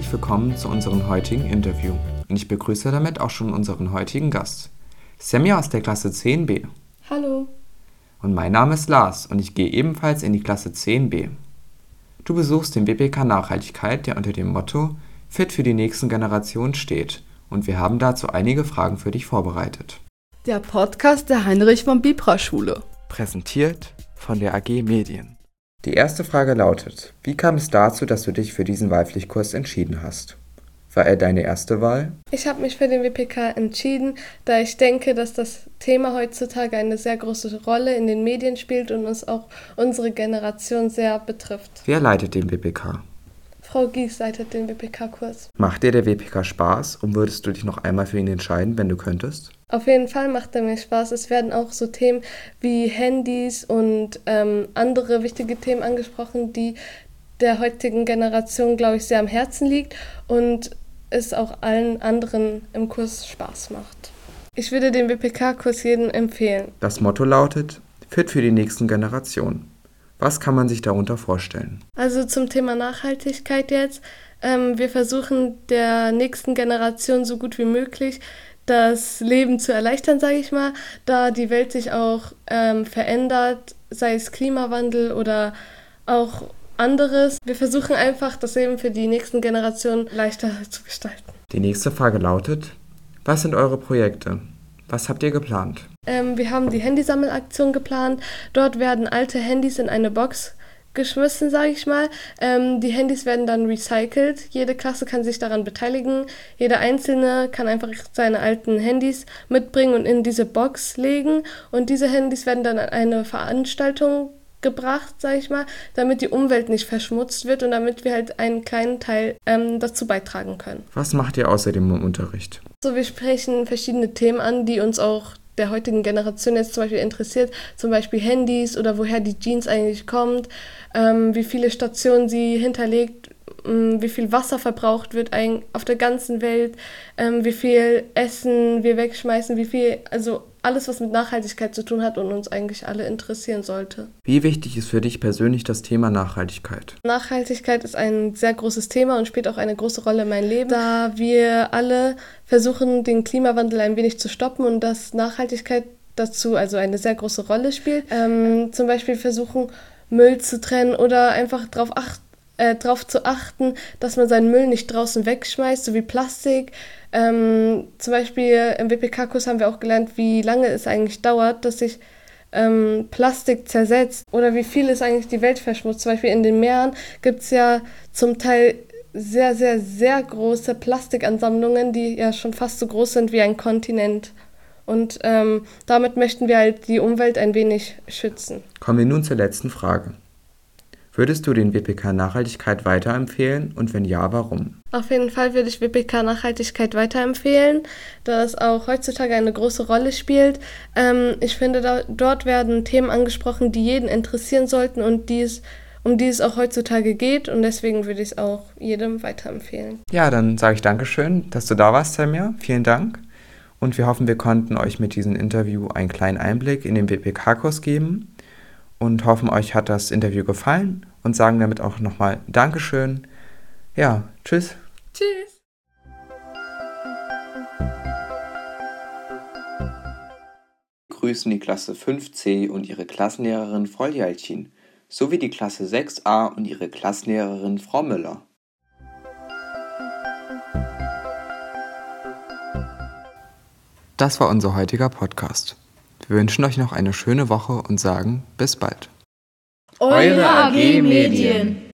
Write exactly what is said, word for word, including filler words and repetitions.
herzlich willkommen zu unserem heutigen Interview. Und ich begrüße damit auch schon unseren heutigen Gast, Semja aus der Klasse zehn b. Hallo. Und mein Name ist Lars und ich gehe ebenfalls in die Klasse zehn b. Du besuchst den W P K Nachhaltigkeit, der unter dem Motto Fit für die nächsten Generationen steht. Und wir haben dazu einige Fragen für dich vorbereitet. Der Podcast der Heinrich von Bibra Schule. Präsentiert von der A G Medien. Die erste Frage lautet: Wie kam es dazu, dass du dich für diesen Wahlpflichtkurs entschieden hast? War er deine erste Wahl? Ich habe mich für den W P K entschieden, da ich denke, dass das Thema heutzutage eine sehr große Rolle in den Medien spielt und uns auch unsere Generation sehr betrifft. Wer leitet den W P K? Frau Gies leitet den W P K-Kurs. Macht dir der W P K Spaß und würdest du dich noch einmal für ihn entscheiden, wenn du könntest? Auf jeden Fall macht er mir Spaß. Es werden auch so Themen wie Handys und ähm, andere wichtige Themen angesprochen, die der heutigen Generation, glaube ich, sehr am Herzen liegt und es auch allen anderen im Kurs Spaß macht. Ich würde den W P K-Kurs jedem empfehlen. Das Motto lautet: Fit für die nächsten Generationen. Was kann man sich darunter vorstellen? Also zum Thema Nachhaltigkeit jetzt. Ähm, wir versuchen der nächsten Generation so gut wie möglich das Leben zu erleichtern, sage ich mal, da die Welt sich auch ähm, verändert, sei es Klimawandel oder auch anderes. Wir versuchen einfach, das Leben für die nächsten Generationen leichter zu gestalten. Die nächste Frage lautet: Was sind eure Projekte? Was habt ihr geplant? Ähm, wir haben die Handysammelaktion geplant. Dort werden alte Handys in eine Box geschmissen, sage ich mal. Ähm, die Handys werden dann recycelt. Jede Klasse kann sich daran beteiligen. Jeder Einzelne kann einfach seine alten Handys mitbringen und in diese Box legen. Und diese Handys werden dann an eine Veranstaltung gebracht, sage ich mal, damit die Umwelt nicht verschmutzt wird und damit wir halt einen kleinen Teil ähm, dazu beitragen können. Was macht ihr außerdem im Unterricht? So, wir sprechen verschiedene Themen an, die uns auch der heutigen Generation jetzt zum Beispiel interessiert, zum Beispiel Handys oder woher die Jeans eigentlich kommt, ähm, wie viele Stationen sie hinterlegt, ähm, wie viel Wasser verbraucht wird ein, auf der ganzen Welt, ähm, wie viel Essen wir wegschmeißen, wie viel, also alles, was mit Nachhaltigkeit zu tun hat und uns eigentlich alle interessieren sollte. Wie wichtig ist für dich persönlich das Thema Nachhaltigkeit? Nachhaltigkeit ist ein sehr großes Thema und spielt auch eine große Rolle in meinem Leben, da wir alle versuchen, den Klimawandel ein wenig zu stoppen und dass Nachhaltigkeit dazu also eine sehr große Rolle spielt. Ähm, zum Beispiel versuchen, Müll zu trennen oder einfach darauf achten, äh, darauf zu achten, dass man seinen Müll nicht draußen wegschmeißt, so wie Plastik. Ähm, zum Beispiel im W P K-Kurs haben wir auch gelernt, wie lange es eigentlich dauert, dass sich ähm, Plastik zersetzt oder wie viel es eigentlich die Welt verschmutzt. Zum Beispiel in den Meeren gibt es ja zum Teil sehr, sehr, sehr große Plastikansammlungen, die ja schon fast so groß sind wie ein Kontinent. Und ähm, damit möchten wir halt die Umwelt ein wenig schützen. Kommen wir nun zur letzten Frage. Würdest du den W P K Nachhaltigkeit weiterempfehlen und wenn ja, warum? Auf jeden Fall würde ich W P K Nachhaltigkeit weiterempfehlen, da es auch heutzutage eine große Rolle spielt. Ähm, ich finde, da, dort werden Themen angesprochen, die jeden interessieren sollten und die es, um die es auch heutzutage geht. Und deswegen würde ich es auch jedem weiterempfehlen. Ja, dann sage ich Dankeschön, dass du da warst, Semja. Vielen Dank. Und wir hoffen, wir konnten euch mit diesem Interview einen kleinen Einblick in den W P K-Kurs geben. Und hoffen, euch hat das Interview gefallen und sagen damit auch nochmal Dankeschön. Ja, tschüss. Tschüss. Wir grüßen die Klasse fünf c und ihre Klassenlehrerin Frau Jalcin sowie die Klasse sechs a und ihre Klassenlehrerin Frau Müller. Das war unser heutiger Podcast. Wir wünschen euch noch eine schöne Woche und sagen bis bald. Eure A G Medien.